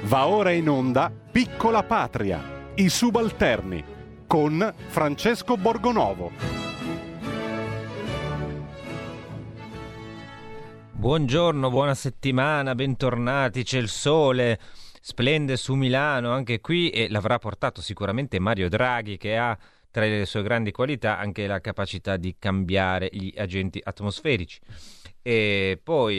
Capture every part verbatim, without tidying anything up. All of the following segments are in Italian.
Va ora in onda Piccola Patria, i subalterni, con Francesco Borgonovo. Buongiorno, buona settimana, bentornati, c'è il sole, splende su Milano anche qui e l'avrà portato sicuramente Mario Draghi, che ha tra le sue grandi qualità anche la capacità di cambiare gli agenti atmosferici. E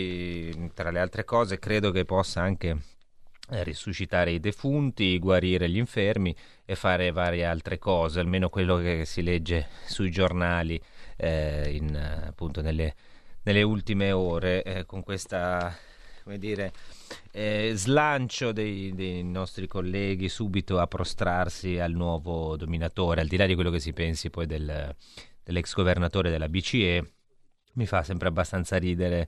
poi, tra le altre cose, credo che possa anche risuscitare i defunti, guarire gli infermi e fare varie altre cose, almeno quello che si legge sui giornali eh, in, appunto nelle, nelle ultime ore, eh, con questa, come dire, eh, slancio dei, dei nostri colleghi subito a prostrarsi al nuovo dominatore, al di là di quello che si pensi poi del, dell'ex governatore della B C E. Mi fa sempre abbastanza ridere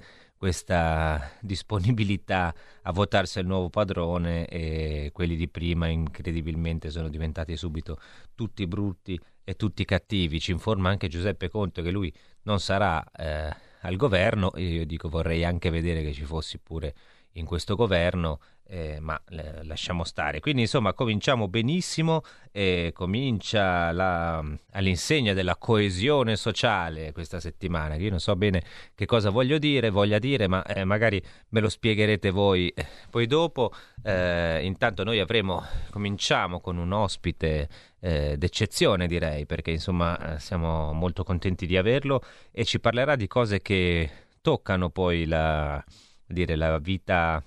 questa disponibilità a votarsi al nuovo padrone, e quelli di prima incredibilmente sono diventati subito tutti brutti e tutti cattivi. Ci informa anche Giuseppe Conte che lui non sarà eh, al governo. Io dico, vorrei anche vedere che ci fossi pure in questo governo, eh, ma eh, lasciamo stare. Quindi insomma cominciamo benissimo, e comincia la, all'insegna della coesione sociale questa settimana, che io non so bene che cosa voglio dire, voglia dire, ma eh, magari me lo spiegherete voi eh, poi dopo. Eh, intanto noi avremo, cominciamo con un ospite eh, d'eccezione, direi, perché insomma eh, siamo molto contenti di averlo, e ci parlerà di cose che toccano poi la, dire, la vita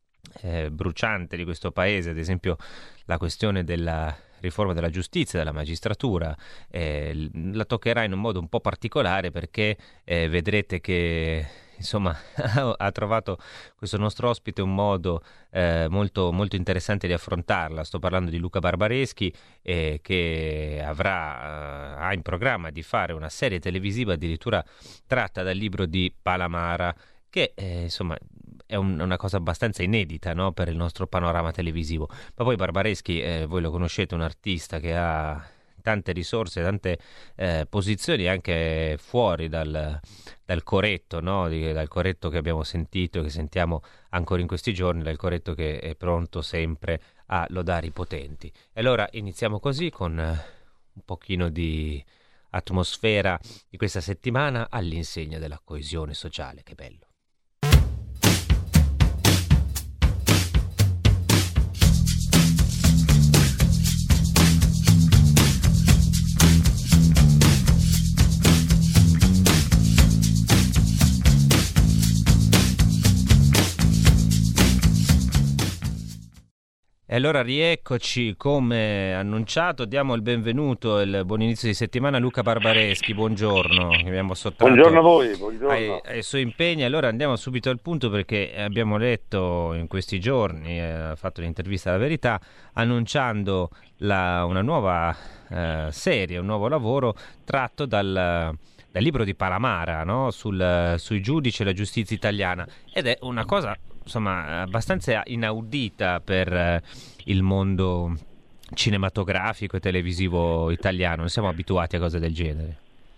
eh, bruciante di questo paese, ad esempio la questione della riforma della giustizia, della magistratura. Eh, la toccherà in un modo un po' particolare, perché eh, vedrete che insomma ha trovato questo nostro ospite un modo eh, molto, molto interessante di affrontarla. Sto parlando di Luca Barbareschi, eh, che avrà eh, ha in programma di fare una serie televisiva addirittura tratta dal libro di Palamara, che eh, insomma è un, una cosa abbastanza inedita, no, per il nostro panorama televisivo. Ma poi Barbareschi, eh, voi lo conoscete, un artista che ha tante risorse, tante eh, posizioni anche fuori dal, dal corretto, no? Di, dal corretto che abbiamo sentito e che sentiamo ancora in questi giorni, dal corretto che è pronto sempre a lodare i potenti. E allora iniziamo così, con eh, un pochino di atmosfera di questa settimana all'insegna della coesione sociale. Che bello. E allora rieccoci, come annunciato, diamo il benvenuto e il buon inizio di settimana a Luca Barbareschi. Buongiorno, che abbiamo sottratto buongiorno a voi, buongiorno. Ai, ai suoi impegni. Allora andiamo subito al punto, perché abbiamo letto in questi giorni, ha eh, fatto un'intervista alla Verità annunciando la, una nuova eh, serie, un nuovo lavoro tratto dal... dal libro di Palamara, no? Sul, sui giudici e la giustizia italiana, ed è una cosa insomma abbastanza inaudita per eh, il mondo cinematografico e televisivo italiano. Non siamo abituati a cose del genere.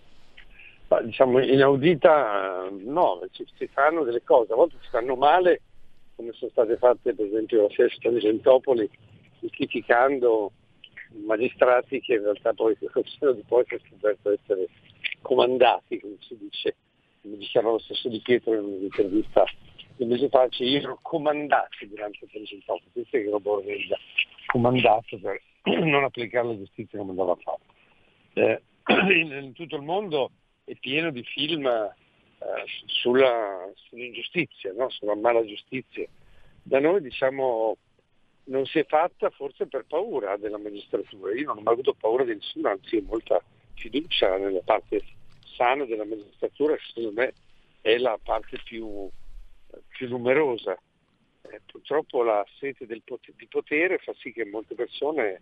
Ma, diciamo inaudita no, ci, si fanno delle cose, a volte si fanno male, come sono state fatte per esempio la festa di Gentopoli, criticando magistrati che in realtà poi di poi sono scoperto essere comandati, come si dice, come diceva lo stesso Di Pietro in un'intervista un mese fa, ci ero comandati durante il Gentopoli, questo che ero Borrella, comandato per non applicare la giustizia come andava fatto. Eh, in, in tutto il mondo è pieno di film eh, sulla, sull'ingiustizia, no? Sulla mala giustizia. Da noi diciamo non si è fatta forse per paura della magistratura. Io non ho mai avuto paura di nessuno, anzi ho molta fiducia nella parte sana della magistratura, che secondo me è la parte più, più numerosa. Eh, purtroppo la sete del pot- di potere fa sì che molte persone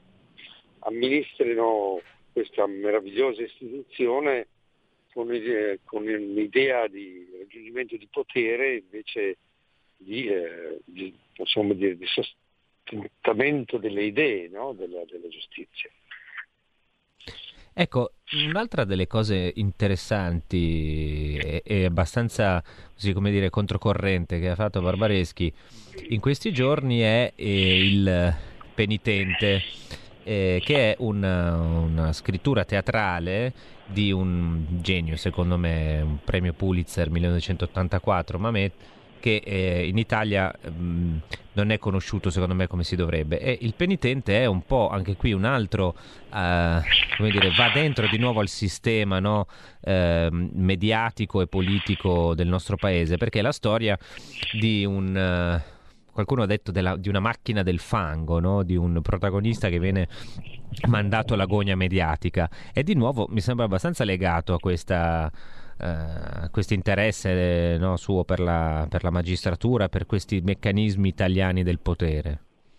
amministrino questa meravigliosa istituzione con, eh, con un'idea di raggiungimento di potere invece di, eh, di, possiamo dire, di sostentamento delle idee, no? della, della giustizia. Ecco, Un'altra delle cose interessanti e, e abbastanza, così come dire, controcorrente che ha fatto Barbareschi in questi giorni è eh, il Penitente, eh, che è una, una scrittura teatrale di un genio, secondo me, un premio Pulitzer millenovecentottantaquattro, Mamet, che eh, in Italia mh, non è conosciuto secondo me come si dovrebbe. E il Penitente è un po' anche qui un altro, eh, come dire, va dentro di nuovo al sistema, no? eh, mediatico e politico del nostro paese, perché è la storia di un... eh, qualcuno ha detto della, di una macchina del fango, no? Di un protagonista che viene mandato alla gogna mediatica, e di nuovo mi sembra abbastanza legato a questa Uh, questo interesse, no, suo per la, per la magistratura, per questi meccanismi italiani del potere.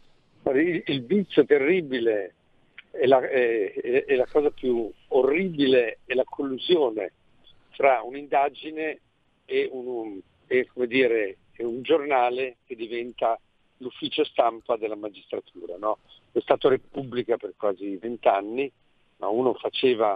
Il, il vizio terribile è la, è, è la cosa più orribile, è la collusione tra un'indagine e un, e, come dire, e un giornale che diventa l'ufficio stampa della magistratura, no? È stato Repubblica per quasi vent'anni, ma uno faceva,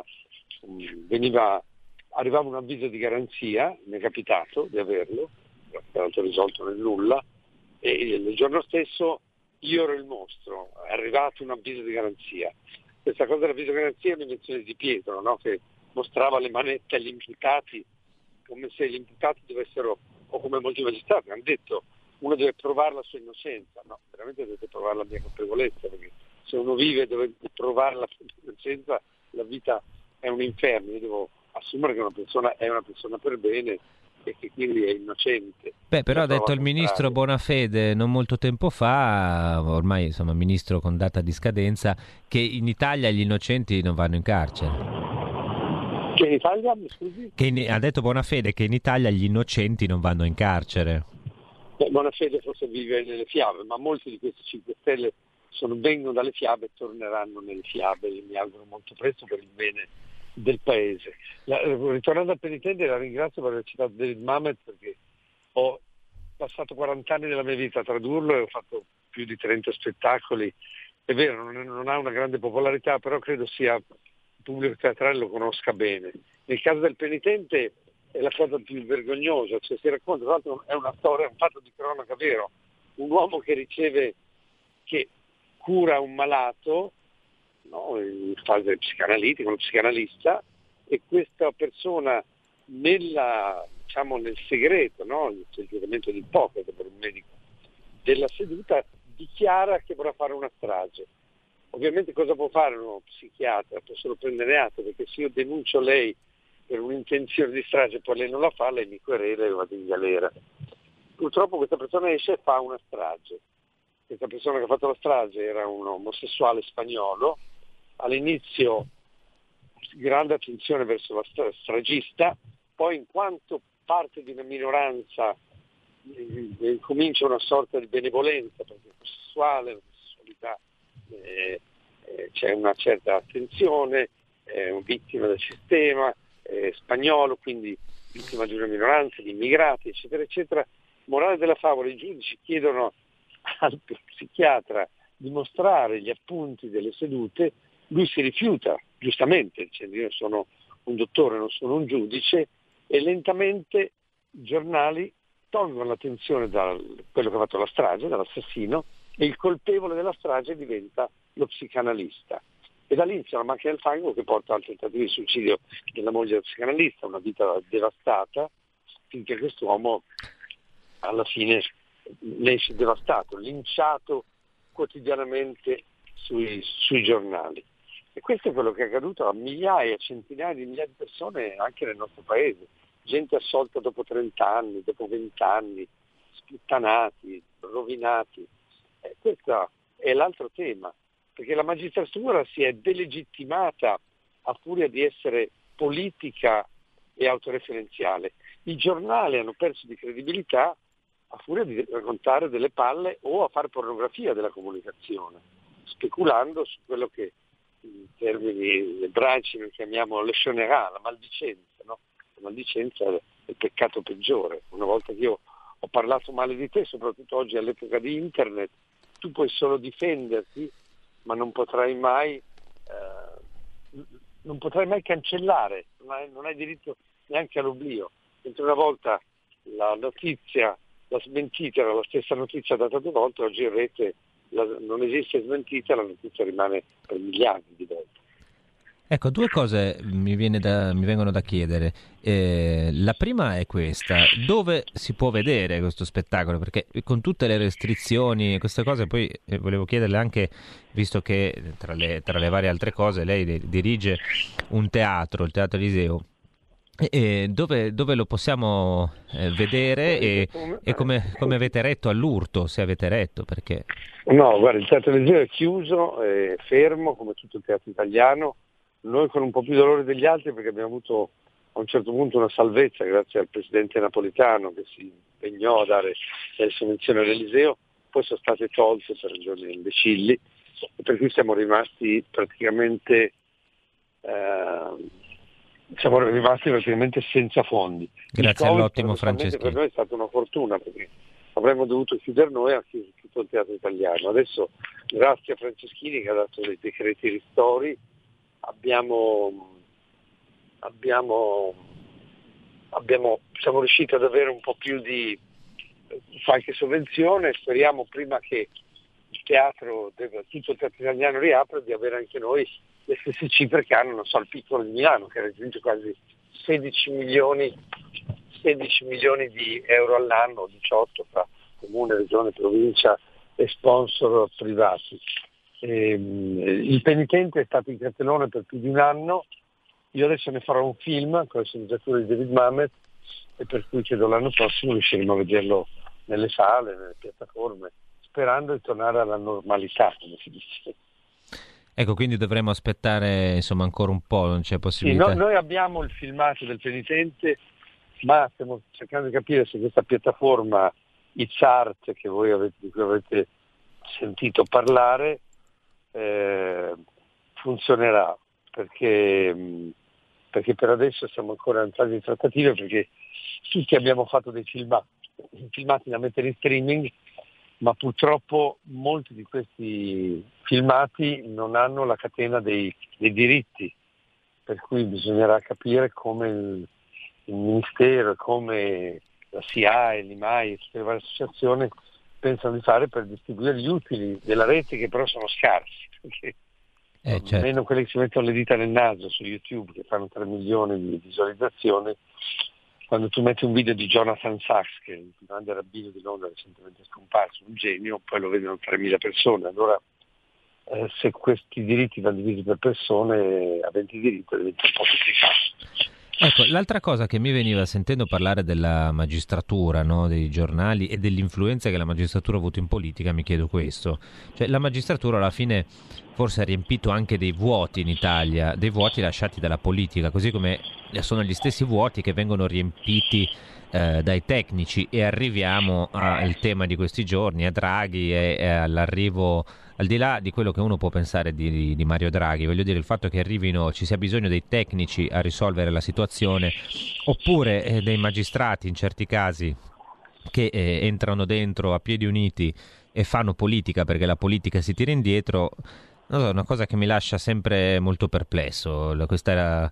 veniva arrivava un avviso di garanzia, mi è capitato di averlo, è stato risolto nel nulla, e il giorno stesso io ero il mostro, è arrivato un avviso di garanzia. Questa cosa dell'avviso di garanzia è un'invenzione di Pietro, no? Che mostrava le manette agli imputati come se gli imputati dovessero, o come molti magistrati hanno detto, uno deve provare la sua innocenza. No, veramente dovete provare la mia colpevolezza, perché se uno vive e deve provare la sua innocenza, la vita è un inferno. Io devo assumere che una persona è una persona per bene e che quindi è innocente. Beh, però ha detto il ministro Bonafede non molto tempo fa, ormai insomma ministro con data di scadenza, che in Italia gli innocenti non vanno in carcere. Che in Italia, mi scusi? Che in, ha detto Bonafede che in Italia gli innocenti non vanno in carcere. Beh, Bonafede forse vive nelle fiabe, ma molti di questi cinque Stelle sono, vengono dalle fiabe e torneranno nelle fiabe, io mi auguro molto presto, per il bene del paese. La, ritornando al Penitente, la ringrazio per aver citato David Mamet, perché ho passato quaranta anni della mia vita a tradurlo e ho fatto più di trenta spettacoli. È vero, non, non ha una grande popolarità, però credo sia il pubblico teatrale lo conosca bene. Nel caso del Penitente è la cosa più vergognosa, cioè si racconta, tra l'altro è una storia, un fatto di cronaca vero, un uomo che riceve, che cura un malato, no, in fase psicanalitica, uno psicanalista, e questa persona nella, diciamo, nel segreto, no, il giuramento di Ippocrate per un medico della seduta, dichiara che vorrà fare una strage. Ovviamente cosa può fare uno psichiatra? Può solo prendere atto, perché se io denuncio lei per un'intenzione di strage e poi lei non la fa, lei mi querela e vado in galera. Purtroppo questa persona esce e fa una strage. Questa persona che ha fatto la strage era un omosessuale spagnolo. All'inizio grande attenzione verso la stragista, poi in quanto parte di una minoranza eh, comincia una sorta di benevolenza, perché omosessuale, l'omosessualità eh, eh, c'è una certa attenzione, è un vittima del sistema, è spagnolo, quindi vittima di una minoranza, di immigrati, eccetera, eccetera. Morale della favola, i giudici chiedono al psichiatra di mostrare gli appunti delle sedute. Lui si rifiuta, giustamente, dicendo io sono un dottore, non sono un giudice, e lentamente i giornali tolgono l'attenzione da quello che ha fatto la strage, dall'assassino, e il colpevole della strage diventa lo psicanalista. E da lì inizia la macchina del fango che porta al tentativo di suicidio della moglie del psicanalista, una vita devastata, finché quest'uomo alla fine ne esce devastato, linciato quotidianamente sui, sui giornali. E questo è quello che è accaduto a migliaia, centinaia di migliaia di persone anche nel nostro paese. Gente assolta dopo trenta anni, dopo venti anni, sputtanati, rovinati. E questo è l'altro tema, perché la magistratura si è delegittimata a furia di essere politica e autoreferenziale. I giornali hanno perso di credibilità a furia di raccontare delle palle o a fare pornografia della comunicazione, speculando su quello che in termini ebraici noi chiamiamo le shonerà, la maldicenza, no? La maldicenza è il peccato peggiore. Una volta che io ho parlato male di te, soprattutto oggi all'epoca di internet, tu puoi solo difenderti, ma non potrai mai eh, non potrai mai cancellare, non hai, non hai diritto neanche all'oblio. Mentre una volta la notizia, la smentita era la stessa notizia data due volte, oggi in rete la, non esiste smentita, la notizia rimane per miliardi di volte. Ecco, due cose mi, viene da, mi vengono da chiedere. Eh, la prima è questa: dove si può vedere questo spettacolo? Perché con tutte le restrizioni e queste cose, poi eh, volevo chiederle anche, visto che tra le, tra le varie altre cose lei de- dirige un teatro, il Teatro Eliseo, e dove, dove lo possiamo eh, vedere e, e come, come avete retto all'urto, se avete retto, perché... No, guarda, il Teatro Eliseo è chiuso, è fermo come tutto il teatro italiano. Noi con un po' più dolore degli altri perché abbiamo avuto a un certo punto una salvezza grazie al presidente Napolitano che si impegnò a dare le sovvenzioni all'Eliseo, poi sono state tolte per ragioni imbecilli e per cui siamo rimasti praticamente eh, siamo rimasti praticamente senza fondi. Grazie all'ottimo Franceschini. Per noi è stata una fortuna perché avremmo dovuto chiudere noi a chiudere tutto il teatro italiano. Adesso grazie a Franceschini che ha dato dei decreti ristori Abbiamo, abbiamo, abbiamo, siamo riusciti ad avere un po' più di qualche sovvenzione. Speriamo prima che il teatro, tutto il teatro italiano riapra, di avere anche noi le stesse cifre che hanno, non so, il Piccolo di Milano, che raggiunge quasi sedici milioni, sedici milioni di euro all'anno, diciotto fra comune, regione, provincia e sponsor privati. Il penitente è stato in cartellone per più di un anno, io adesso ne farò un film con la sceneggiatura di David Mamet e per cui credo l'anno prossimo riusciremo a vederlo nelle sale, nelle piattaforme, sperando di tornare alla normalità, come si dice. Ecco, quindi dovremo aspettare insomma ancora un po', non c'è possibilità? Sì, no, noi abbiamo il filmato del penitente, ma stiamo cercando di capire se questa piattaforma It's Art, che voi avete, di cui avete sentito parlare, Eh, funzionerà perché, perché per adesso siamo ancora in fase di trattative perché tutti abbiamo fatto dei filmati, filmati da mettere in streaming, ma purtroppo molti di questi filmati non hanno la catena dei, dei diritti, per cui bisognerà capire come il, il Ministero, come la S I A E, l'I M A I e tutte le varie associazioni pensano di fare per distribuire gli utili della rete, che però sono scarsi, perché eh, certo. Meno quelli che si mettono le dita nel naso su YouTube, che fanno tre milioni di visualizzazioni. Quando tu metti un video di Jonathan Sachs, che è il più grande rabbino di Londra recentemente scomparso, un genio, poi lo vedono tremila persone. Allora eh, se questi diritti vanno divisi per persone aventi diritto diventa un po' complicato. Ecco, l'altra cosa che mi veniva sentendo parlare della magistratura, no, dei giornali e dell'influenza che la magistratura ha avuto in politica, mi chiedo questo. Cioè, la magistratura alla fine forse ha riempito anche dei vuoti in Italia, dei vuoti lasciati dalla politica, così come sono gli stessi vuoti che vengono riempiti eh, dai tecnici, e arriviamo al tema di questi giorni, a Draghi e, e all'arrivo, al di là di quello che uno può pensare di, di Mario Draghi, voglio dire, il fatto che arrivino, ci sia bisogno dei tecnici a risolvere la situazione, oppure eh, dei magistrati in certi casi che eh, entrano dentro a piedi uniti e fanno politica perché la politica si tira indietro. Non so, è una cosa che mi lascia sempre molto perplesso, questa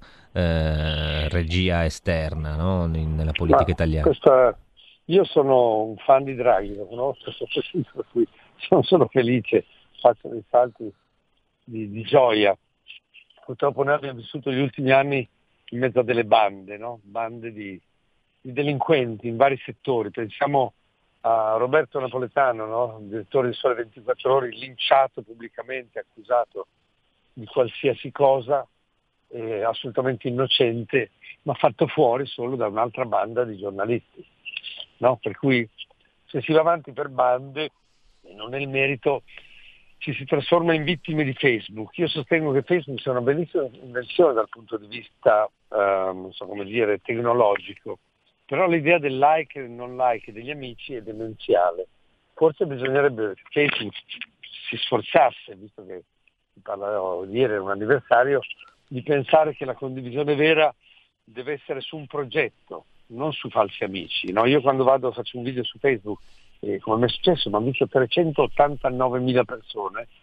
eh, regia esterna, no? In, nella politica Ma italiana. Questa, io sono un fan di Draghi, lo conosco, per cui sono solo felice, faccio dei salti di, di gioia. Purtroppo noi abbiamo vissuto gli ultimi anni in mezzo a delle bande, no? Bande di, di delinquenti in vari settori. Pensiamo a Roberto Napoletano, no? Il direttore di Sole ventiquattro Ore, linciato pubblicamente, accusato di qualsiasi cosa, eh, assolutamente innocente, ma fatto fuori solo da un'altra banda di giornalisti, no? Per cui se si va avanti per bande, e non è il merito, ci si trasforma in vittime di Facebook. Io sostengo che Facebook sia una bellissima invenzione dal punto di vista, eh, non so come dire, tecnologico, però l'idea del like e del non like degli amici è demenziale. Forse bisognerebbe che Facebook si sforzasse, visto che si parla di ieri, è un anniversario, di pensare che la condivisione vera deve essere su un progetto, non su falsi amici. No? Io quando vado faccio un video su Facebook, e come mi è successo, mi hanno visto trecentottantanovemila persone,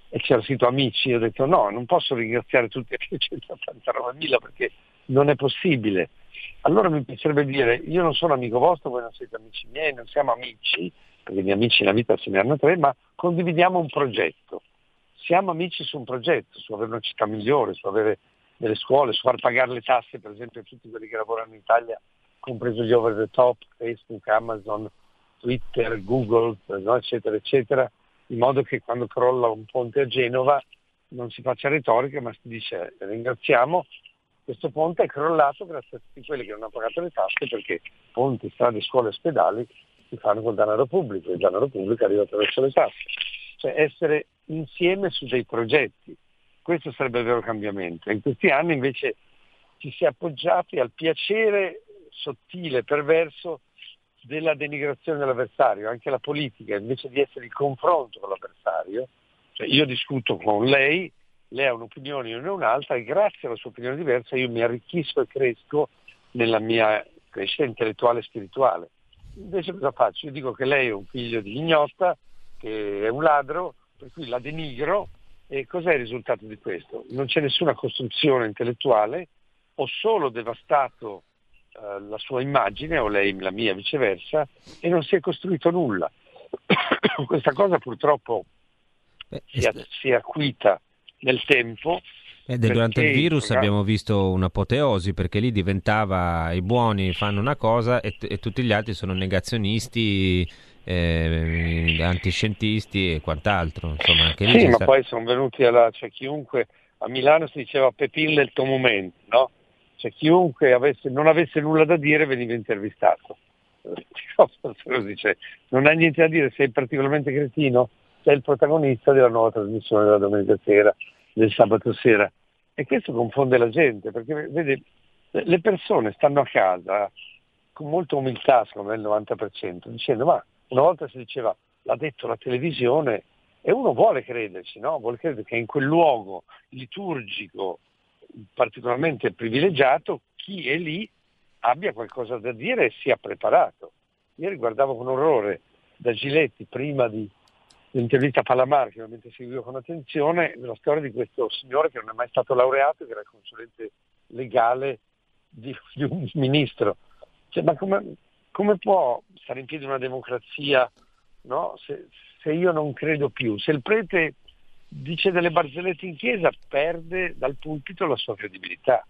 e c'era scritto amici, ho detto no, non posso ringraziare tutti i centottantanovemila perché non è possibile. Allora mi piacerebbe dire, io non sono amico vostro, voi non siete amici miei, non siamo amici, perché i miei amici nella vita se ne hanno tre, ma condividiamo un progetto. Siamo amici su un progetto, su avere una città migliore, su avere delle scuole, su far pagare le tasse per esempio a tutti quelli che lavorano in Italia, compreso gli over the top, Facebook, Amazon, Twitter, Google, no, eccetera, eccetera, in modo che quando crolla un ponte a Genova non si faccia retorica, ma si dice ringraziamo, questo ponte è crollato grazie a tutti quelli che non hanno pagato le tasse, perché ponti, strade, scuole, ospedali si fanno col denaro pubblico, il denaro pubblico arriva attraverso le tasse. Cioè essere insieme su dei progetti, questo sarebbe il vero cambiamento. In questi anni invece ci si è appoggiati al piacere sottile, perverso della denigrazione dell'avversario. Anche la politica, invece di essere il confronto con l'avversario, cioè io discuto con lei, lei ha un'opinione, io ne ho un'altra, e grazie alla sua opinione diversa io mi arricchisco e cresco nella mia crescita intellettuale e spirituale. Invece cosa faccio? Io dico che lei è un figlio di ignotta, che è un ladro, per cui la denigro, e cos'è il risultato di questo? Non c'è nessuna costruzione intellettuale, ho solo devastato uh, la sua immagine, o lei la mia viceversa, e non si è costruito nulla. Questa cosa purtroppo Beh, si, è, si è acuita nel tempo. Eh, durante il virus programmi... abbiamo visto un'apoteosi, perché lì diventava i buoni fanno una cosa e, t- e tutti gli altri sono negazionisti, eh, antiscientisti e quant'altro. Insomma, anche lì sì, ma sta... poi sono venuti alla, cioè chiunque, a Milano si diceva Pepin nel tuo momento, no? Cioè chiunque avesse, non avesse nulla da dire veniva intervistato. Dice, non hai niente da dire, sei particolarmente cretino, sei il protagonista della nuova trasmissione della domenica sera, del sabato sera. E questo confonde la gente, perché vede, le persone stanno a casa con molta umiltà, secondo me il novanta per cento, dicendo ma una volta si diceva l'ha detto la televisione, e uno vuole crederci, no? Vuole credere che in quel luogo liturgico particolarmente privilegiato chi è lì abbia qualcosa da dire e sia preparato. Ieri guardavo con orrore da Giletti, prima di l'intervista a Palamar, che ovviamente seguivo con attenzione, la storia di questo signore che non è mai stato laureato, che era il consulente legale di, di un ministro. Cioè, ma come, come può stare in piedi una democrazia, no? se, se io non credo più? Se il prete dice delle barzellette in chiesa, perde dal pulpito la sua credibilità,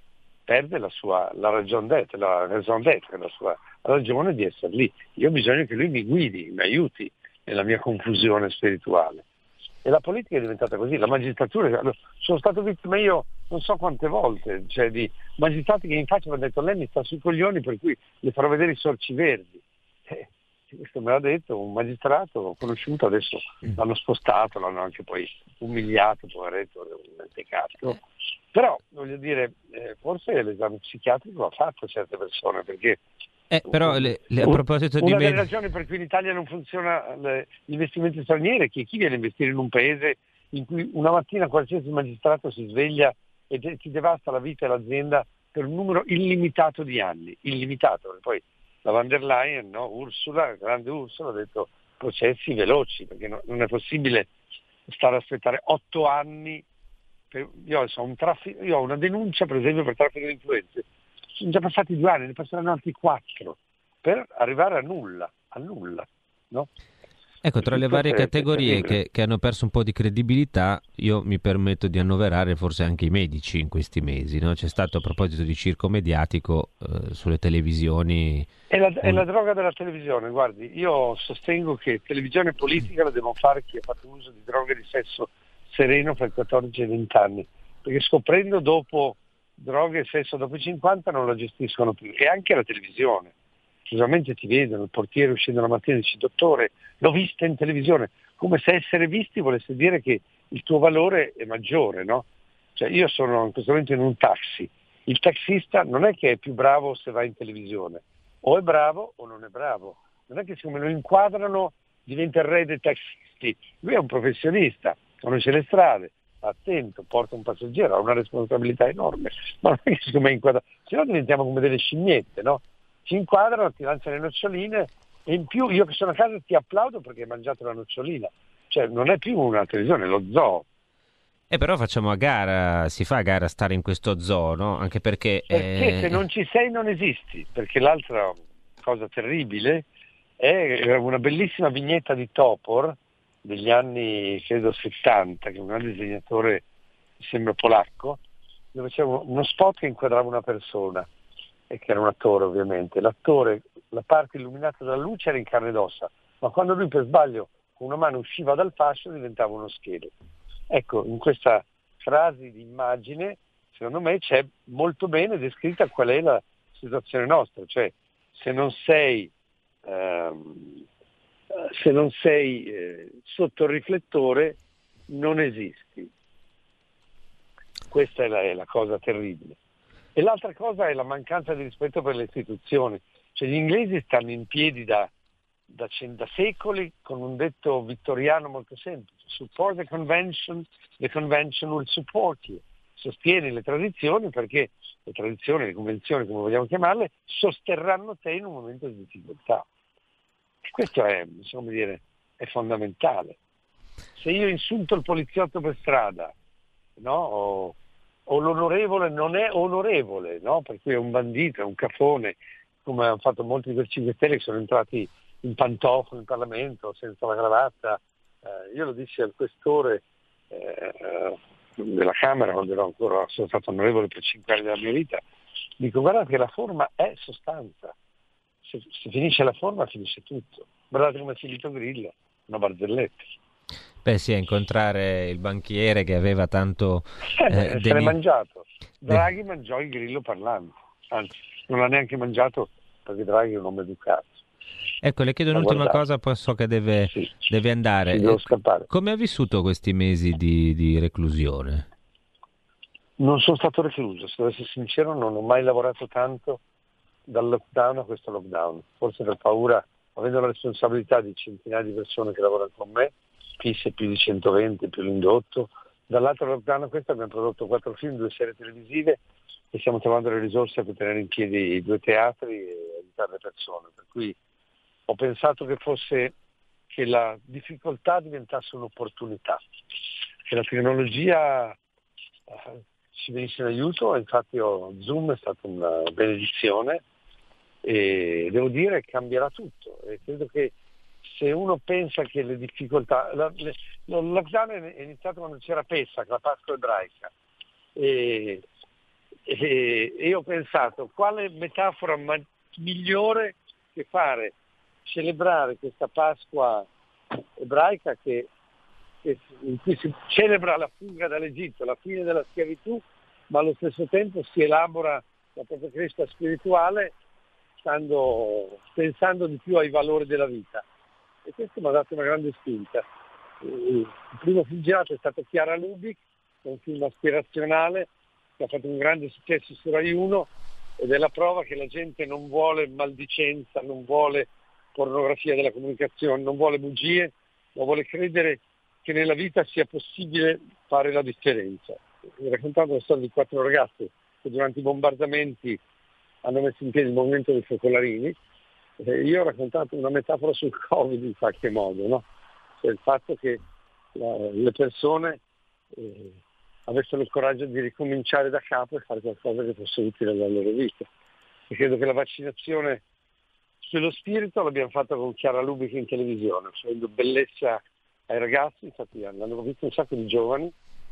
perde la sua la ragion d'être, la raison d'être, la sua ragione di essere lì. Io ho bisogno che lui mi guidi, mi aiuti nella mia confusione spirituale. E la politica è diventata così, la magistratura, sono stato vittima io non so quante volte, cioè di magistrati che in faccia mi hanno detto lei mi sta sui coglioni per cui le farò vedere i sorci verdi. Eh, questo me l'ha detto un magistrato conosciuto, adesso l'hanno spostato, l'hanno anche poi umiliato, poveretto, un mentecato. Però voglio dire, eh, forse l'esame psichiatrico l'ha fatto a certe persone, perché Eh, però le, le, a proposito una di delle me... ragioni per cui in Italia non funziona le, gli investimenti stranieri è che chi viene a investire in un paese in cui una mattina qualsiasi magistrato si sveglia e de- ti devasta la vita e l'azienda per un numero illimitato di anni, illimitato, perché poi la van der Leyen, no, Ursula, grande Ursula, ha detto processi veloci, perché no, non è possibile stare a aspettare otto anni. Per, io, so, un traffico, io ho una denuncia per esempio per traffico di influenze, sono già passati due anni, ne passeranno altri quattro per arrivare a nulla, a nulla, no? Ecco, tra le varie categorie che, che hanno perso un po' di credibilità, io mi permetto di annoverare forse anche i medici in questi mesi, no? C'è stato, a proposito di circo mediatico, eh, sulle televisioni... È la, un... è la droga della televisione, guardi, io sostengo che televisione e politica la devono fare chi ha fatto uso di droghe di sesso sereno per quattordici e venti anni, perché scoprendo dopo droghe e sesso dopo i cinquanta non la gestiscono più, e anche la televisione. Sicuramente ti vedono, il portiere uscendo la mattina dice dottore, l'ho vista in televisione, come se essere visti volesse dire che il tuo valore è maggiore, no? Cioè io sono in questo momento in un taxi, il taxista non è che è più bravo se va in televisione, o è bravo o non è bravo, non è che siccome lo inquadrano diventa il re dei taxisti, lui è un professionista, conosce le strade, attento, porta un passeggero, ha una responsabilità enorme, ma non è che siccome è inquadrato, se no diventiamo come delle scimmiette, no? Ci inquadrano, ti lanciano le noccioline e in più io che sono a casa ti applaudo perché hai mangiato la nocciolina. cioè non è più una televisione, è lo zoo. E però facciamo a gara, si fa a gara a stare in questo zoo, no? Anche perché... Perché eh... se non ci sei non esisti, perché l'altra cosa terribile è una bellissima vignetta di Topor degli anni, credo, settanta, che è un grande disegnatore, mi sembra polacco, dove c'era uno spot che inquadrava una persona, e che era un attore ovviamente. L'attore, la parte illuminata dalla luce era in carne ed ossa, ma quando lui per sbaglio con una mano usciva dal fascio diventava uno scheletro. Ecco, in questa frase di immagine, secondo me c'è molto bene descritta qual è la situazione nostra, cioè se non sei, ehm, se non sei eh, sotto il riflettore non esisti. Questa è la, è la cosa terribile. E l'altra cosa è la mancanza di rispetto per le istituzioni. Cioè gli inglesi stanno in piedi da Da, da secoli con un detto vittoriano molto semplice: support the convention, the convention will support you. Sostieni le tradizioni perché le tradizioni, le convenzioni, come vogliamo chiamarle, sosterranno te in un momento di difficoltà. E questo è, insomma dire, è fondamentale. Se io insulto il poliziotto per strada, no? o, o l'onorevole non è onorevole, no? Per cui è un bandito, è un cafone, come hanno fatto molti di quei cinque Stelle che sono entrati in pantofolo in Parlamento, senza la cravatta. Eh, io lo dissi al questore eh, della Camera, quando ero ancora, sono stato onorevole per cinque anni della mia vita, dico: guardate che la forma è sostanza, se, se finisce la forma finisce tutto. Guardate come è finito Grillo, una barzelletta. Beh sì, a incontrare il banchiere che aveva tanto... Eh, eh, se l'è deni- mangiato. Draghi eh. mangiò il Grillo parlante, anzi non l'ha neanche mangiato perché Draghi è un uomo educato. Ecco, le chiedo Ma un'ultima guardate. cosa, poi so che deve, Sì, deve andare. sì, devo Eh, scappare. Come ha vissuto questi mesi di, di reclusione? Non sono stato recluso, se devo essere sincero, non ho mai lavorato tanto dal lockdown a questo lockdown, forse per paura, avendo la responsabilità di centinaia di persone che lavorano con me, P I S più di centoventi, più l'indotto. Dall'altro lockdown a questo abbiamo prodotto quattro film, due serie televisive e stiamo trovando le risorse per tenere in piedi i due teatri e aiutare le persone, per cui ho pensato che fosse che la difficoltà diventasse un'opportunità, che la tecnologia eh, ci venisse in aiuto. Infatti ho, Zoom è stata una benedizione e devo dire che cambierà tutto, e credo che se uno pensa che le difficoltà, la, le, lo lockdown è iniziato quando c'era Pesach, la Pasqua ebraica, e, e, e io ho pensato quale metafora ma, migliore che fare celebrare questa Pasqua ebraica che, che, in cui si celebra la fuga dall'Egitto, la fine della schiavitù, ma allo stesso tempo si elabora la propria crescita spirituale stando, pensando di più ai valori della vita. E questo mi ha dato una grande spinta. Il primo film girato è stato Chiara Lubich, un film aspirazionale che ha fatto un grande successo su Rai uno ed è la prova che la gente non vuole maldicenza, non vuole pornografia della comunicazione, non vuole bugie, ma vuole credere che nella vita sia possibile fare la differenza. Mi raccontando la storia di quattro ragazze che durante i bombardamenti hanno messo in piedi il movimento dei focolarini. Eh, io ho raccontato una metafora sul Covid in qualche modo, no? Cioè il fatto che la, le persone eh, avessero il coraggio di ricominciare da capo e fare qualcosa che fosse utile alla loro vita. E credo che la vaccinazione sullo spirito l'abbiamo fatta con Chiara Lubich in televisione, facendo bellezza ai ragazzi, infatti l'hanno visto un sacco di giovani,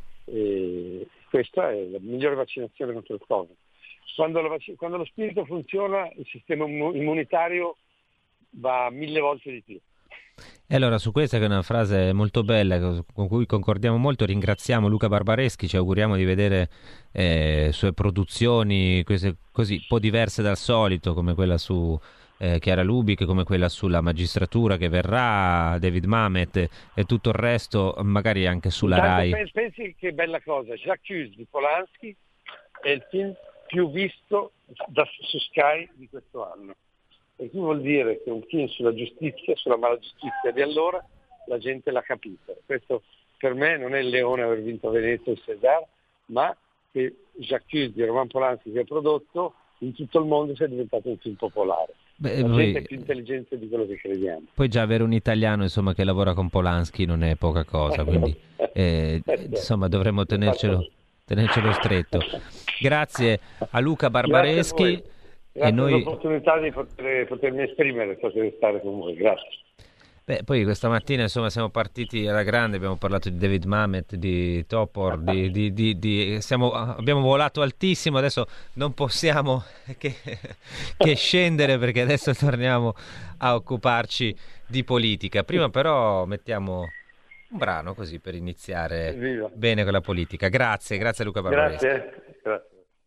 e questa è la migliore vaccinazione contro il Covid. Quando, la vac- quando lo spirito funziona, il sistema immunitario va mille volte di più. E allora su questa, che è una frase molto bella con cui concordiamo molto, ringraziamo Luca Barbareschi, ci auguriamo di vedere eh, sue produzioni queste, così un po' diverse dal solito, come quella su eh, Chiara Lubich, come quella sulla magistratura che verrà, David Mamet e tutto il resto, magari anche sulla Intanto Rai. pensi che bella cosa, J'accuse di Polanski è il film più visto da, su Sky di questo anno. E che vuol dire che un film sulla giustizia, sulla malagiustizia di allora, la gente l'ha capito. Questo per me non è il leone aver vinto a Venezia il César, ma che J'accuse di Roman Polanski, che ha prodotto, in tutto il mondo sia diventato un film popolare. Beh, la poi, gente è più intelligente di quello che crediamo. poi già avere un italiano insomma che lavora con Polanski non è poca cosa, quindi eh, insomma dovremmo tenercelo, tenercelo stretto. Grazie a Luca Barbareschi. Grazie, grazie e noi... l'opportunità di poter, potermi esprimere, poter stare con voi. Grazie. Beh, poi questa mattina insomma siamo partiti alla grande, abbiamo parlato di David Mamet, di Topor, di, di, di, di, siamo, abbiamo volato altissimo, adesso non possiamo che, che scendere perché adesso torniamo a occuparci di politica. Prima però mettiamo un brano così per iniziare Viva. Bene con la politica. Grazie, grazie a Luca Barbareschi. Grazie. Grazie.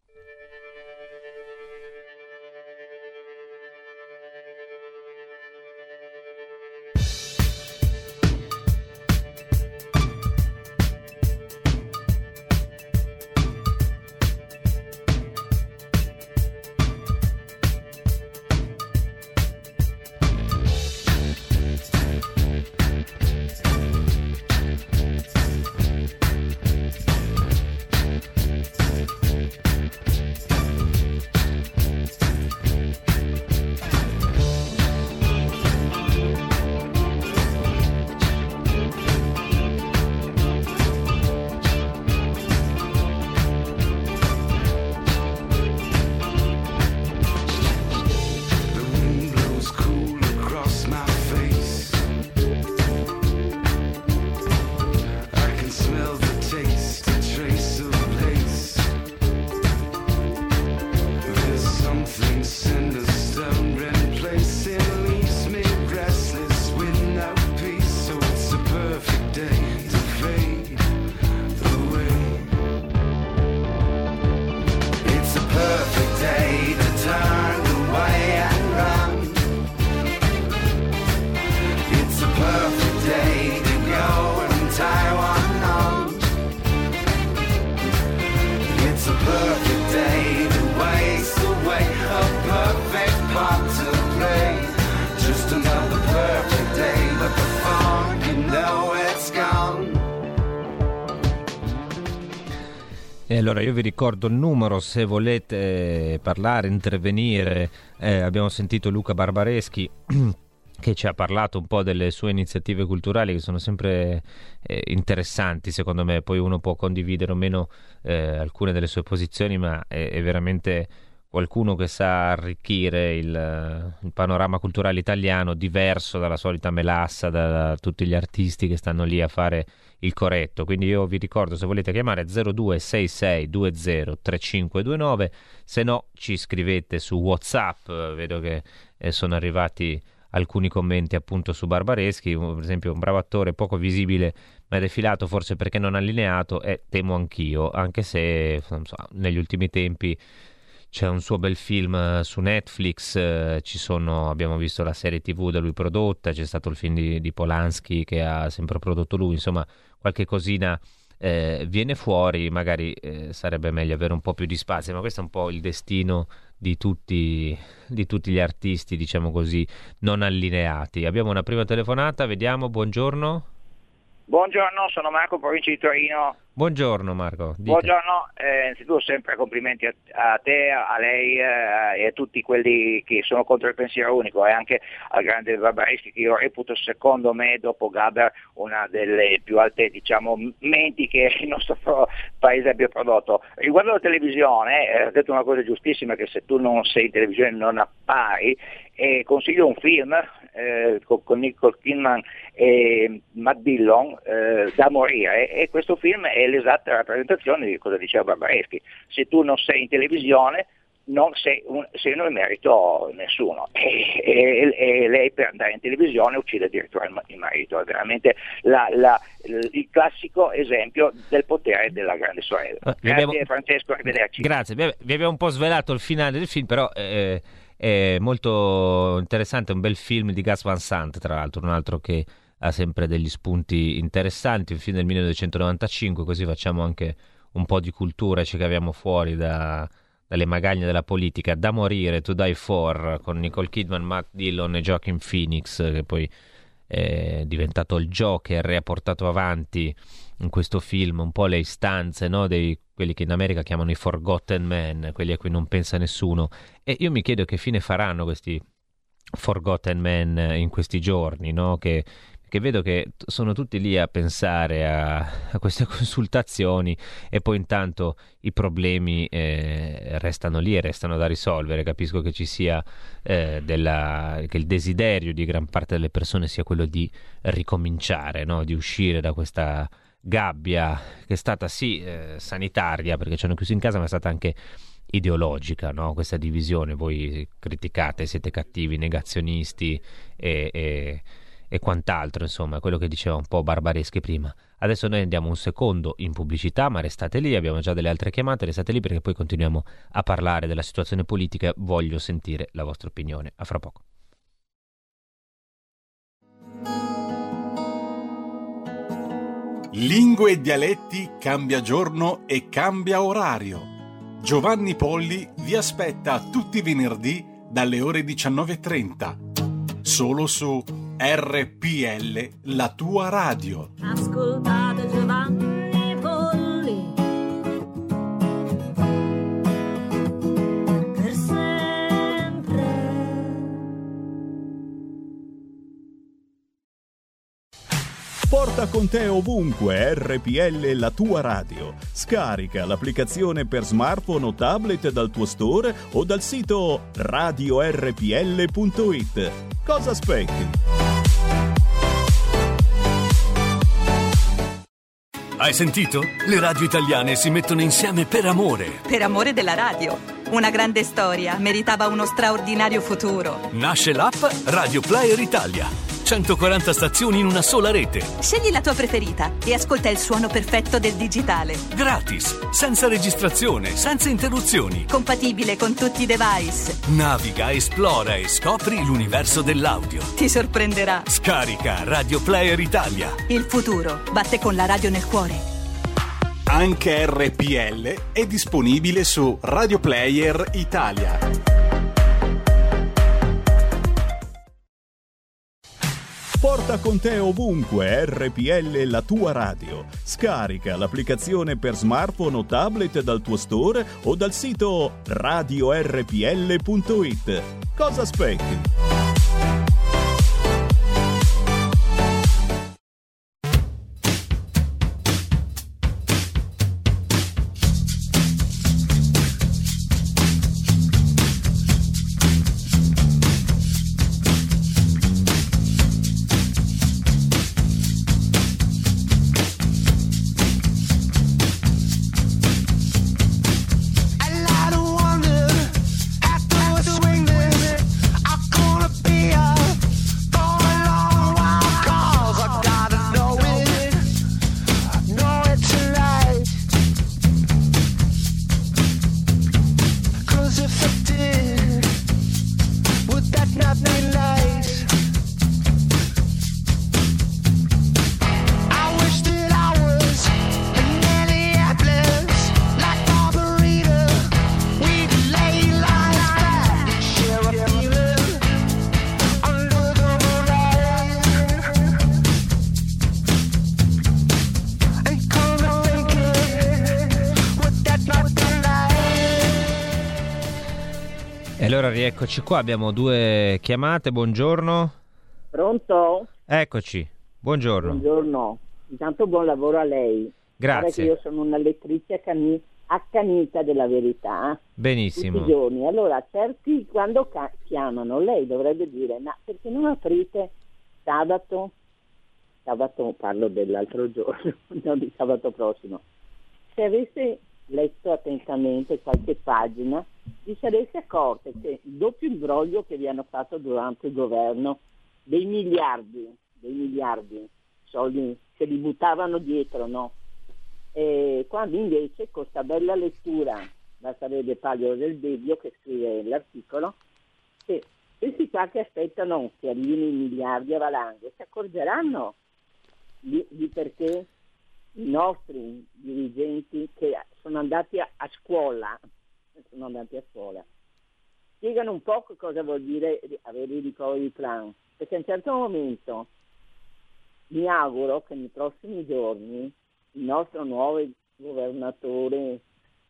E allora io vi ricordo il numero se volete parlare, intervenire. Eh, abbiamo sentito Luca Barbareschi che ci ha parlato un po' delle sue iniziative culturali che sono sempre eh, interessanti secondo me, poi uno può condividere o meno eh, alcune delle sue posizioni, ma è, è veramente qualcuno che sa arricchire il, il panorama culturale italiano, diverso dalla solita melassa, da, da tutti gli artisti che stanno lì a fare il corretto. Quindi io vi ricordo, se volete chiamare zero due sei sei due zero tre cinque due nove, se no ci scrivete su WhatsApp. Vedo che eh, sono arrivati alcuni commenti appunto su Barbareschi, per esempio un bravo attore poco visibile ma è defilato forse perché non allineato, e temo anch'io, anche se non so, negli ultimi tempi c'è un suo bel film su Netflix, eh, ci sono, abbiamo visto la serie tivù da lui prodotta, c'è stato il film di, di Polanski che ha sempre prodotto lui, insomma qualche cosina eh, viene fuori, magari eh, sarebbe meglio avere un po' più di spazio, ma questo è un po' il destino di tutti, di tutti gli artisti, diciamo così, non allineati. Abbiamo una prima telefonata, vediamo, buongiorno. Buongiorno, sono Marco, provincia di Torino. Buongiorno Marco. Dite. Buongiorno, eh, innanzitutto sempre complimenti a, a te, a lei eh, e a tutti quelli che sono contro il pensiero unico, e anche al grande Barbareschi, che io reputo secondo me dopo Gaber una delle più alte, diciamo, menti che il nostro pro- paese abbia prodotto. Riguardo la televisione, eh, ha detto una cosa giustissima, che se tu non sei in televisione non appari, e consiglio un film eh, con, con Nicole Kidman e Matt Dillon, eh, Da morire, e questo film è l'esatta rappresentazione di cosa diceva Barbareschi: se tu non sei in televisione non sei, un, sei non merito nessuno, e, e, e lei per andare in televisione uccide addirittura il, il marito. È veramente la, la, il classico esempio del potere della grande sorella. Uh, Grazie abbiamo... Francesco, arrivederci. Grazie, vi abbiamo un po' svelato il finale del film, però eh, è molto interessante, un bel film di Gus Van Sant, tra l'altro, un altro che ha sempre degli spunti interessanti, un film del millenovecentonovantacinque, così facciamo anche un po' di cultura e ci caviamo fuori da, dalle magagne della politica. Da morire, To Die For, con Nicole Kidman, Matt Dillon e Joaquin Phoenix, che poi è diventato il Joker e ha portato avanti in questo film un po' le istanze, no, dei quelli che in America chiamano i Forgotten Men, quelli a cui non pensa nessuno. E io mi chiedo che fine faranno questi Forgotten Men in questi giorni, no? Che, che vedo che t- sono tutti lì a pensare a, a queste consultazioni e poi intanto i problemi eh, restano lì e restano da risolvere. Capisco che ci sia eh, della, che il desiderio di gran parte delle persone sia quello di ricominciare, no? Di uscire da questa gabbia che è stata sì eh, sanitaria, perché ci hanno chiuso in casa, ma è stata anche ideologica, no? Questa divisione. Voi criticate, siete cattivi, negazionisti e, e, e quant'altro, insomma, quello che diceva un po' Barbareschi prima. Adesso noi andiamo un secondo in pubblicità, ma restate lì, abbiamo già delle altre chiamate, restate lì perché poi continuiamo a parlare della situazione politica. Voglio sentire la vostra opinione. A fra poco. Lingue e dialetti cambia giorno e cambia orario. Giovanni Polli vi aspetta tutti i venerdì dalle ore diciannove e trenta, solo su R P L, la tua radio. Ascoltate Giovanni Polli, per sempre. Porta con te ovunque R P L, la tua radio. Scarica l'applicazione per smartphone o tablet dal tuo store o dal sito radio r p l punto i t. Cosa aspetti? Hai sentito? Le radio italiane si mettono insieme per amore. Per amore della radio. Una grande storia meritava uno straordinario futuro. Nasce l'app Radio Player Italia. centoquaranta stazioni in una sola rete. Scegli la tua preferita e ascolta il suono perfetto del digitale. Gratis, senza registrazione, senza interruzioni. Compatibile con tutti i device. Naviga, esplora e scopri l'universo dell'audio. Ti sorprenderà. Scarica Radio Player Italia. Il futuro batte con la radio nel cuore. Anche R P L è disponibile su Radio Player Italia. Porta con te ovunque R P L, la tua radio. Scarica l'applicazione per smartphone o tablet dal tuo store o dal sito radio r p l punto i t. Cosa aspetti? E allora rieccoci qua, abbiamo due chiamate, buongiorno. Pronto? Eccoci, buongiorno. Buongiorno, intanto buon lavoro a lei. Grazie. Guarda che io sono una lettrice accani- accanita della verità. Benissimo. Tutti i giorni. Allora, certi quando ca- chiamano, lei dovrebbe dire, ma perché non aprite sabato? Sabato parlo dell'altro giorno, non di sabato prossimo. Se avesse letto attentamente qualche pagina, vi sareste accorte che il doppio imbroglio che vi hanno fatto durante il governo dei miliardi, dei miliardi, soldi che li buttavano dietro, no? E quando invece con sta bella lettura, basta vedere Paolo del Debbio che scrive l'articolo, che questi qua che aspettano che arrivino i miliardi a valanghe si accorgeranno di, di perché i nostri dirigenti che sono andati a, a scuola, sono andati a scuola, spiegano un po' cosa vuol dire avere i recovery plan, perché a un certo momento mi auguro che nei prossimi giorni il nostro nuovo governatore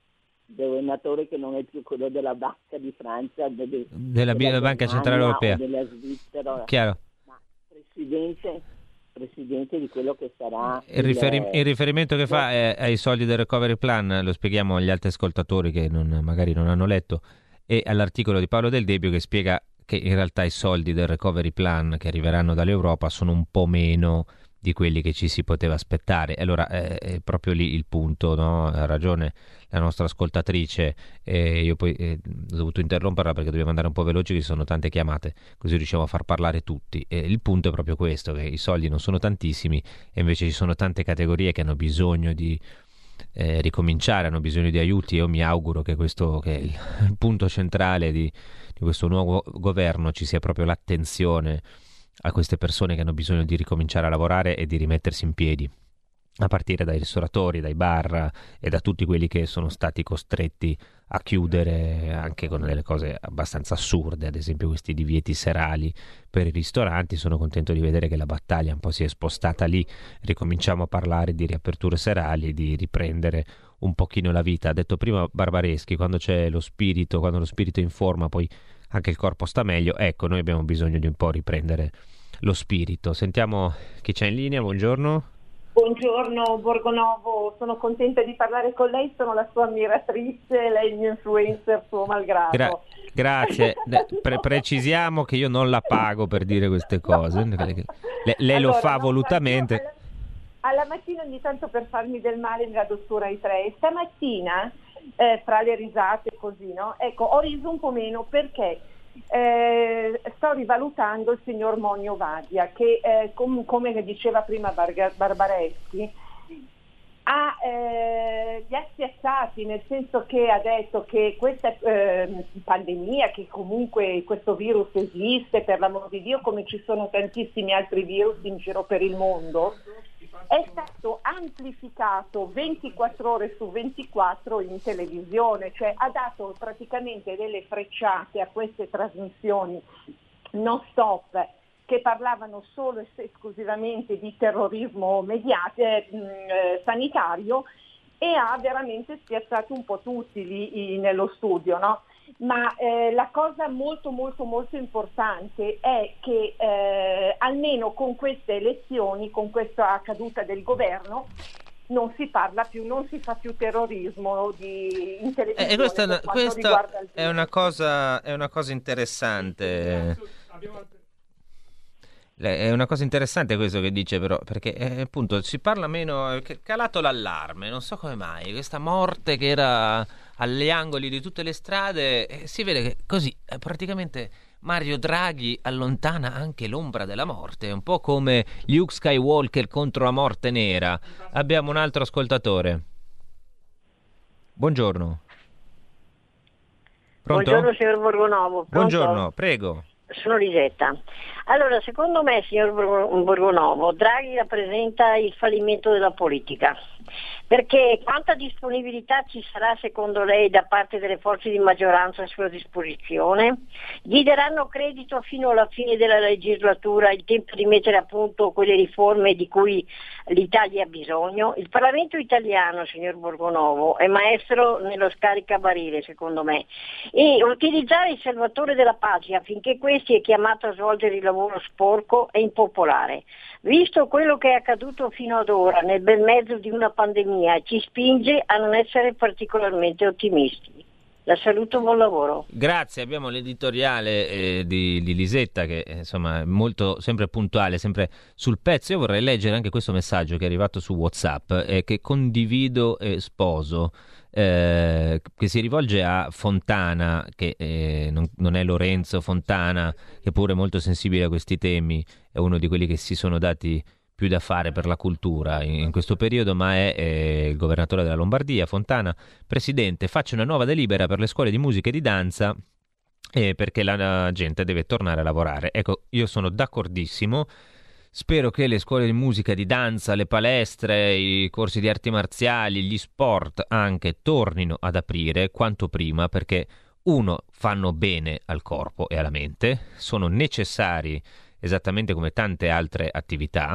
governatore che non è più quello della Banca di Francia, de, de, della, della Banca Centrale Europea, della Svizzera, chiaro. Ma presidente, presidente di quello che sarà il, riferi- il riferimento che fa è ai soldi del recovery plan, lo spieghiamo agli altri ascoltatori che non, magari non hanno letto, e all'articolo di Paolo Del Debbio che spiega che in realtà i soldi del recovery plan che arriveranno dall'Europa sono un po' meno di quelli che ci si poteva aspettare. Allora eh, è proprio lì il punto, no? Ha ragione la nostra ascoltatrice, eh, io poi eh, ho dovuto interromperla perché dobbiamo andare un po' veloci, ci sono tante chiamate, così riusciamo a far parlare tutti. E il punto è proprio questo, che i soldi non sono tantissimi e invece ci sono tante categorie che hanno bisogno di eh, ricominciare, hanno bisogno di aiuti. Io mi auguro che questo, che il, il punto centrale di, di questo nuovo governo ci sia proprio l'attenzione a queste persone che hanno bisogno di ricominciare a lavorare e di rimettersi in piedi, a partire dai ristoratori, dai bar e da tutti quelli che sono stati costretti a chiudere anche con delle cose abbastanza assurde, ad esempio questi divieti serali per i ristoranti. Sono contento di vedere che la battaglia un po' si è spostata lì, ricominciamo a parlare di riaperture serali, di riprendere un pochino la vita. Ha detto prima Barbareschi, quando c'è lo spirito, quando lo spirito è in forma poi anche il corpo sta meglio. Ecco, noi abbiamo bisogno di un po' riprendere lo spirito. Sentiamo chi c'è in linea. Buongiorno. Buongiorno Borgonovo, sono contenta di parlare con lei, sono la sua ammiratrice, lei è il mio influencer suo malgrado. Gra- grazie, Pre- precisiamo che io non la pago per dire queste cose, le- lei allora, lo fa no, volutamente. Alla, alla mattina ogni tanto per farmi del male mi vado su Rai tre, stamattina eh, fra le risate così, no? Ecco, ho riso un po' meno perché Eh, sto rivalutando il signor Monio Vadia che eh, com- come diceva prima Bar- Barbareschi ha, eh, li ha spiazzati, nel senso che ha detto che questa eh, pandemia, che comunque questo virus esiste, per l'amor di Dio, come ci sono tantissimi altri virus in giro per il mondo, è stato amplificato ventiquattro ore su ventiquattro in televisione, cioè ha dato praticamente delle frecciate a queste trasmissioni non stop che parlavano solo e esclusivamente di terrorismo mediatico, eh, sanitario, e ha veramente spiazzato un po' tutti lì in, nello studio, no? Ma eh, la cosa molto molto molto importante è che eh, almeno con queste elezioni, con questa caduta del governo, non si parla più, non si fa più terrorismo di, in televisione. E questa, è una, questa è, una cosa, è una cosa interessante. È una cosa interessante questo che dice, però, perché eh, appunto si parla meno, è calato l'allarme, non so come mai, questa morte che era agli angoli di tutte le strade, eh, si vede che così eh, praticamente Mario Draghi allontana anche l'ombra della morte, è un po' come Luke Skywalker contro la morte nera. Abbiamo un altro ascoltatore. Buongiorno. Pronto? Buongiorno signor Borgonovo. Pronto? Buongiorno, prego. Sono Lisetta. Allora, secondo me, signor Borgonovo, Draghi rappresenta il fallimento della politica, perché quanta disponibilità ci sarà secondo lei da parte delle forze di maggioranza a sua disposizione? Gli daranno credito fino alla fine della legislatura, il tempo di mettere a punto quelle riforme di cui l'Italia ha bisogno? Il Parlamento italiano, signor Borgonovo, è maestro nello scaricabarile, secondo me, e utilizzare il salvatore della patria affinché questi è chiamato a svolgere il lavoro sporco è impopolare. Visto quello che è accaduto fino ad ora nel bel mezzo di una pandemia, ci spinge a non essere particolarmente ottimisti. La saluto, buon lavoro. Grazie, abbiamo l'editoriale eh, di, di Lisetta che eh, insomma è molto, sempre puntuale, sempre sul pezzo. Io vorrei leggere anche questo messaggio che è arrivato su WhatsApp e eh, che condivido e sposo, eh, che si rivolge a Fontana, che eh, non, non è Lorenzo Fontana, che pure è molto sensibile a questi temi, è uno di quelli che si sono dati più da fare per la cultura in, in questo periodo, ma è eh, il governatore della Lombardia, Fontana. Presidente, faccio una nuova delibera per le scuole di musica e di danza eh, perché la, la gente deve tornare a lavorare. Ecco, io sono d'accordissimo, spero che le scuole di musica e di danza, le palestre, i corsi di arti marziali, gli sport anche tornino ad aprire quanto prima, perché uno, fanno bene al corpo e alla mente, sono necessari esattamente come tante altre attività,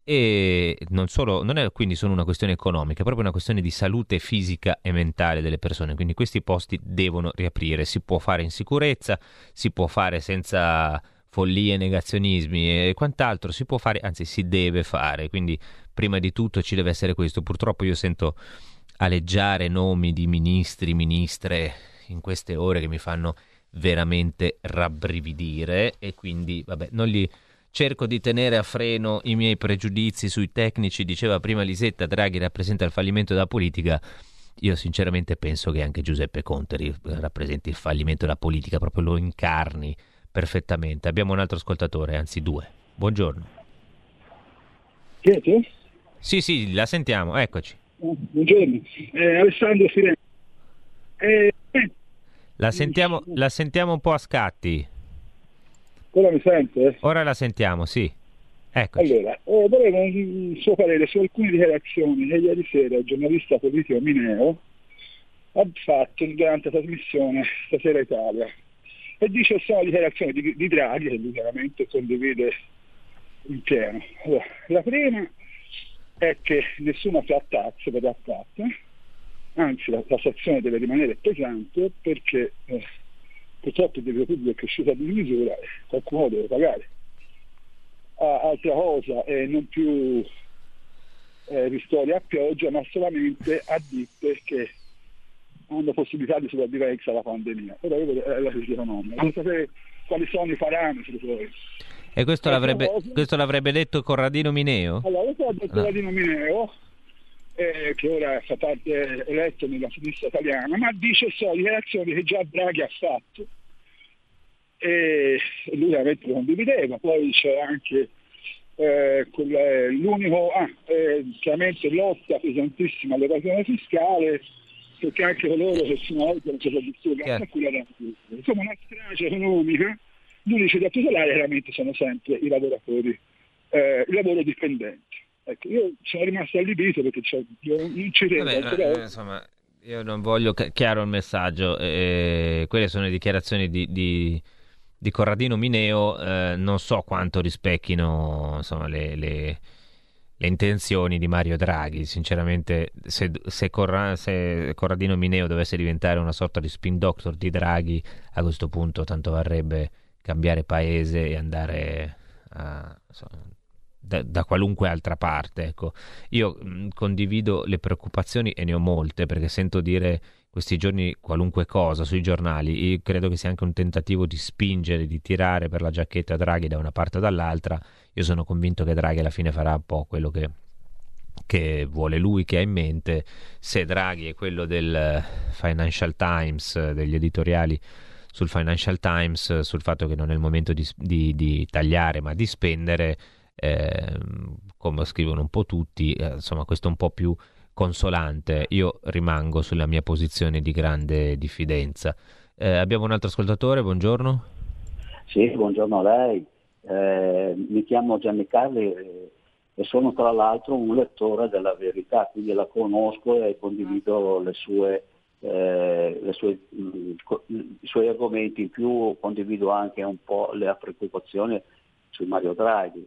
e non solo, non è quindi solo una questione economica, è proprio una questione di salute fisica e mentale delle persone, quindi questi posti devono riaprire, si può fare in sicurezza, si può fare senza follie, negazionismi e quant'altro, si può fare, anzi si deve fare, quindi prima di tutto ci deve essere questo. Purtroppo io sento aleggiare nomi di ministri, ministre in queste ore che mi fanno veramente rabbrividire e quindi vabbè, non li cerco di tenere a freno i miei pregiudizi sui tecnici. Diceva prima Lisetta, Draghi rappresenta il fallimento della politica. Io sinceramente penso che anche Giuseppe Conte rappresenti il fallimento della politica, proprio lo incarni perfettamente. Abbiamo un altro ascoltatore, anzi due. Buongiorno. Siete? Sì, sì, la sentiamo, eccoci. Buongiorno, eh, Alessandro Firenze. Eh, la, sentiamo, la sentiamo un po' a scatti. Ora mi sente? Ora la sentiamo, sì. Eccoci. Allora, eh, volevo un suo parere su alcune dichiarazioni che ieri sera il giornalista politico Mineo ha fatto durante la trasmissione Stasera Italia. E dice che sono dichiarazioni di, di Draghi, che lui chiaramente condivide in pieno. Allora, la prima è che nessuna flat tax verrà fatta, anzi la tassazione deve rimanere pesante perché eh, purtroppo il debito pubblico è cresciuto di misura e qualcuno deve pagare. Ah, altra cosa è non più eh, ristori a pioggia, ma solamente a ditte che hanno possibilità di sopravvivere alla pandemia. Ora io è la crisi economica. Voglio sapere quali sono i parametri poi. E questo l'avrebbe, cosa... questo l'avrebbe detto Corradino Mineo? Allora, questo l'ha detto Corradino no. Mineo, eh, che ora fa parte eletto nella sinistra italiana, ma dice solo dichiarazioni che già Draghi ha fatto. E lui veramente lo condivideva. Poi c'è anche eh, quel, l'unico, ah, eh, chiaramente lotta pesantissima all'evasione fiscale, perché anche coloro che sono oggi alla sopravvissuta grazie a cui la insomma una strage economica. L'unico da tutelare chiaramente sono sempre i lavoratori, eh, i lavoro dipendenti. Ecco, io sono rimasto allibito perché cioè, io non ci credo. Vabbè, però... eh, insomma, io non voglio chiaro il messaggio, eh, quelle sono le dichiarazioni di, di, di Corradino Mineo, eh, non so quanto rispecchino insomma le, le, le intenzioni di Mario Draghi. Sinceramente, se, se, Corra, se Corradino Mineo dovesse diventare una sorta di spin doctor di Draghi, a questo punto tanto varrebbe cambiare paese e andare a, insomma, da, da qualunque altra parte. Ecco, io mh, condivido le preoccupazioni e ne ho molte, perché sento dire questi giorni qualunque cosa sui giornali. Io credo che sia anche un tentativo di spingere, di tirare per la giacchetta Draghi da una parte o dall'altra. Io sono convinto che Draghi alla fine farà un po' quello che, che vuole lui, che ha in mente. Se Draghi è quello del Financial Times, degli editoriali sul Financial Times, sul fatto che non è il momento di, di, di tagliare ma di spendere, eh, come scrivono un po' tutti, eh, insomma questo è un po' più consolante. Io rimango sulla mia posizione di grande diffidenza. Eh, abbiamo un altro ascoltatore, buongiorno. Sì, buongiorno a lei. Eh, mi chiamo Gianni Carli e, e sono tra l'altro un lettore della Verità, quindi la conosco e condivido le sue Eh, le sue, mh, co- i suoi argomenti. In più condivido anche un po' le preoccupazioni su Mario Draghi,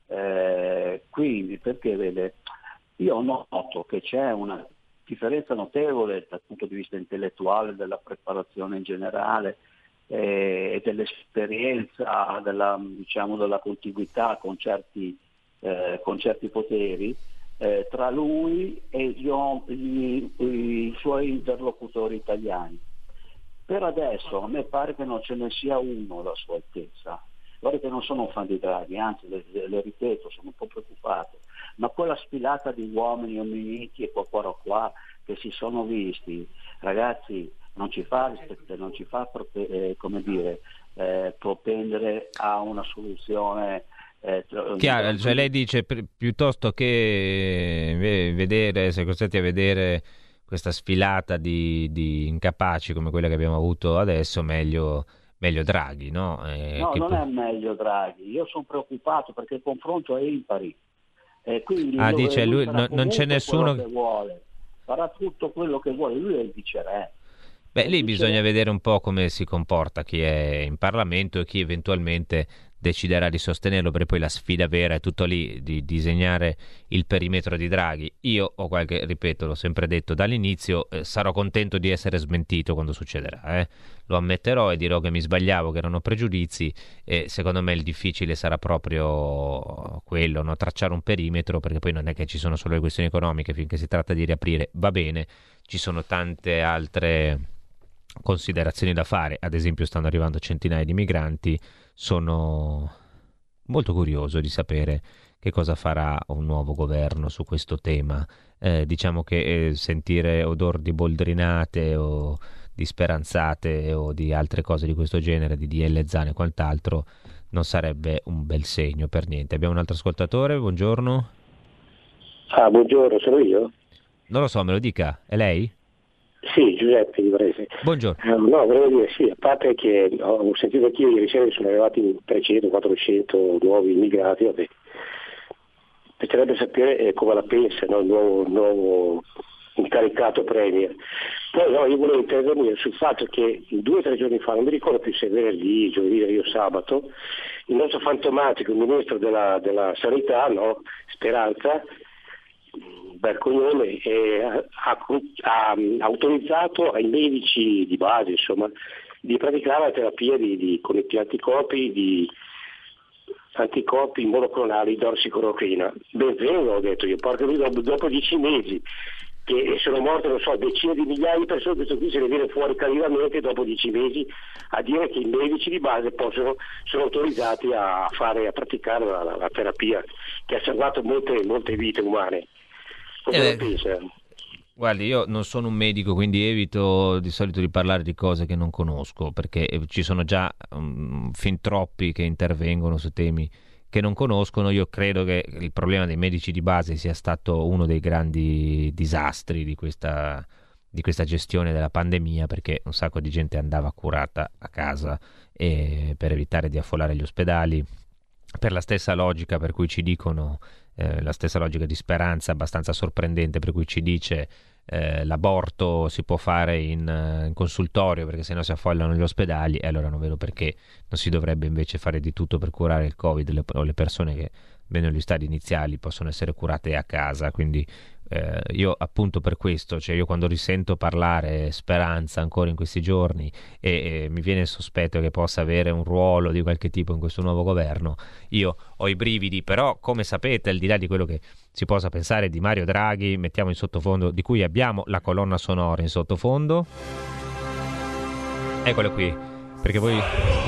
eh, quindi perché vede, io noto che c'è una differenza notevole dal punto di vista intellettuale, della preparazione in generale eh, e dell'esperienza, della, diciamo, della contiguità con certi, eh, con certi poteri, Eh, tra lui e gli, gli, i suoi interlocutori italiani. Per adesso a me pare che non ce ne sia uno alla sua altezza. Guarda che non sono un fan di Draghi, anzi le, le, le ripeto, sono un po' preoccupato, ma quella sfilata di uomini ominiti e qua qua qua che si sono visti, ragazzi, non ci fa rispetto, non ci fa eh, come dire eh, propendere a una soluzione. Eh, Chiaro, cioè lei dice pi- piuttosto che eh, vedere, se costretti a vedere questa sfilata di, di incapaci come quella che abbiamo avuto adesso, meglio, meglio Draghi, no? Eh, no, che non po- è meglio Draghi, io sono preoccupato perché il confronto è impari. Eh, quindi ah, lui, dice lui, lui no, non c'è nessuno che vuole, farà tutto quello che vuole, lui è il viceré. Beh, lì bisogna vedere un po' come si comporta chi è in Parlamento e chi eventualmente deciderà di sostenerlo, perché poi la sfida vera è tutto lì, di disegnare il perimetro di Draghi. Io ho qualche, ripeto, l'ho sempre detto dall'inizio, eh, sarò contento di essere smentito quando succederà, eh. Lo ammetterò e dirò che mi sbagliavo, che erano pregiudizi, e secondo me il difficile sarà proprio quello, no? Tracciare un perimetro, perché poi non è che ci sono solo le questioni economiche, finché si tratta di riaprire va bene, ci sono tante altre considerazioni da fare. Ad esempio stanno arrivando centinaia di migranti, sono molto curioso di sapere che cosa farà un nuovo governo su questo tema. Eh, diciamo che eh, sentire odor di boldrinate o di speranzate o di altre cose di questo genere, di D L Zan e quant'altro, non sarebbe un bel segno per niente. Abbiamo un altro ascoltatore, buongiorno. Ah, buongiorno, sono io? Non lo so, me lo dica, è lei? Sì, Giuseppe di Varese. Buongiorno. Eh, no, volevo dire sì, a parte che ho sentito anch'io ieri sera che sono arrivati trecento quattrocento nuovi immigrati, vabbè. Piacerebbe sapere eh, come la pensa, no? il, nuovo, il nuovo incaricato Premier. Poi no, io volevo intervenire sul fatto che due o tre giorni fa, non mi ricordo più se è venerdì, giovedì o sabato, il nostro fantomatico ministro della, della sanità, no? Speranza, bel cognome, eh, ha, ha, ha autorizzato ai medici di base, insomma, di praticare la terapia di, di, con i anticorpi di anticorpi monoclonali di dorsiclorochina. Ben vengo, ho detto io, porca miseria, dopo, dopo dieci mesi che sono morte, non so, decine di migliaia di persone, questo qui se ne viene fuori calmamente dopo dieci mesi a dire che i medici di base possono, sono autorizzati a fare, a praticare la, la, la terapia che ha salvato molte, molte vite umane. Cosa eh, pensa? Guardi, io non sono un medico, quindi evito di solito di parlare di cose che non conosco, perché ci sono già um, fin troppi che intervengono su temi che non conoscono. Io credo che il problema dei medici di base sia stato uno dei grandi disastri di questa, di questa gestione della pandemia, perché un sacco di gente andava curata a casa e per evitare di affollare gli ospedali, per la stessa logica per cui ci dicono, eh, la stessa logica di Speranza abbastanza sorprendente, per cui ci dice eh, l'aborto si può fare in, in consultorio perché sennò si affollano gli ospedali, e allora non vedo perché non si dovrebbe invece fare di tutto per curare il Covid, le, o le persone che vedono gli stadi iniziali possono essere curate a casa. Quindi eh, io appunto per questo, cioè io quando risento parlare Speranza ancora in questi giorni e, e mi viene il sospetto che possa avere un ruolo di qualche tipo in questo nuovo governo, io ho i brividi. Però come sapete, al di là di quello che si possa pensare di Mario Draghi, mettiamo in sottofondo, di cui abbiamo la colonna sonora in sottofondo, eccolo qui, perché voi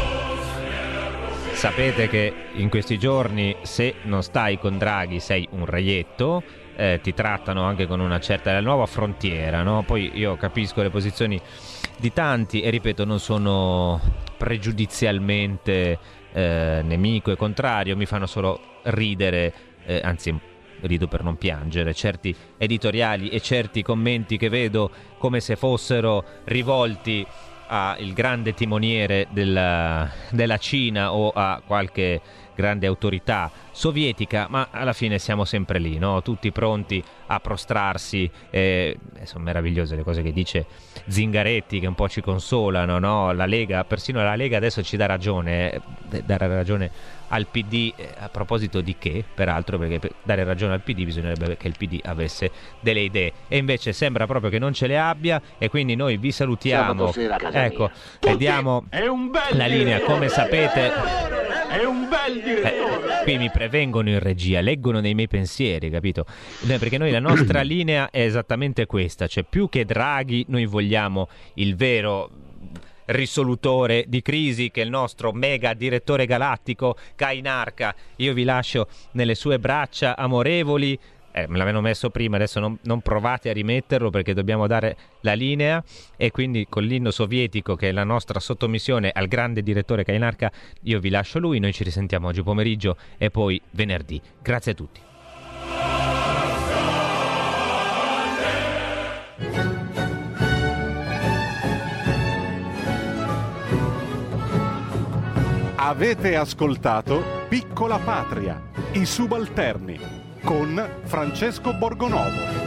sapete che in questi giorni se non stai con Draghi sei un reietto, eh, ti trattano anche con una certa, la nuova frontiera, no? Poi io capisco le posizioni di tanti e ripeto, non sono pregiudizialmente eh, nemico e contrario, mi fanno solo ridere, eh, anzi rido per non piangere, certi editoriali e certi commenti che vedo come se fossero rivolti al grande timoniere della, della Cina o a qualche grande autorità sovietica, ma alla fine siamo sempre lì, no? Tutti pronti a prostrarsi. Eh, sono meravigliose le cose che dice Zingaretti, che un po' ci consolano, no? La Lega, persino la Lega adesso ci dà ragione, eh, dare ragione al P D, eh, a proposito di che, peraltro, perché per dare ragione al P D bisognerebbe che il P D avesse delle idee, e invece sembra proprio che non ce le abbia, e quindi noi vi salutiamo, ecco, e diamo la linea, come sapete. È un bel direttore. Eh, qui mi prevengono in regia, leggono nei miei pensieri, capito? Perché noi la nostra linea è esattamente questa, cioè più che Draghi noi vogliamo il vero risolutore di crisi, che è il nostro mega direttore galattico Cainarca. Io vi lascio nelle sue braccia amorevoli. Eh, me l'avevano messo prima, adesso non, non provate a rimetterlo perché dobbiamo dare la linea, e quindi con l'inno sovietico, che è la nostra sottomissione al grande direttore Cainarca, io vi lascio lui. Noi ci risentiamo oggi pomeriggio e poi venerdì. Grazie a tutti. Avete ascoltato Piccola Patria, i subalterni, con Francesco Borgonovo.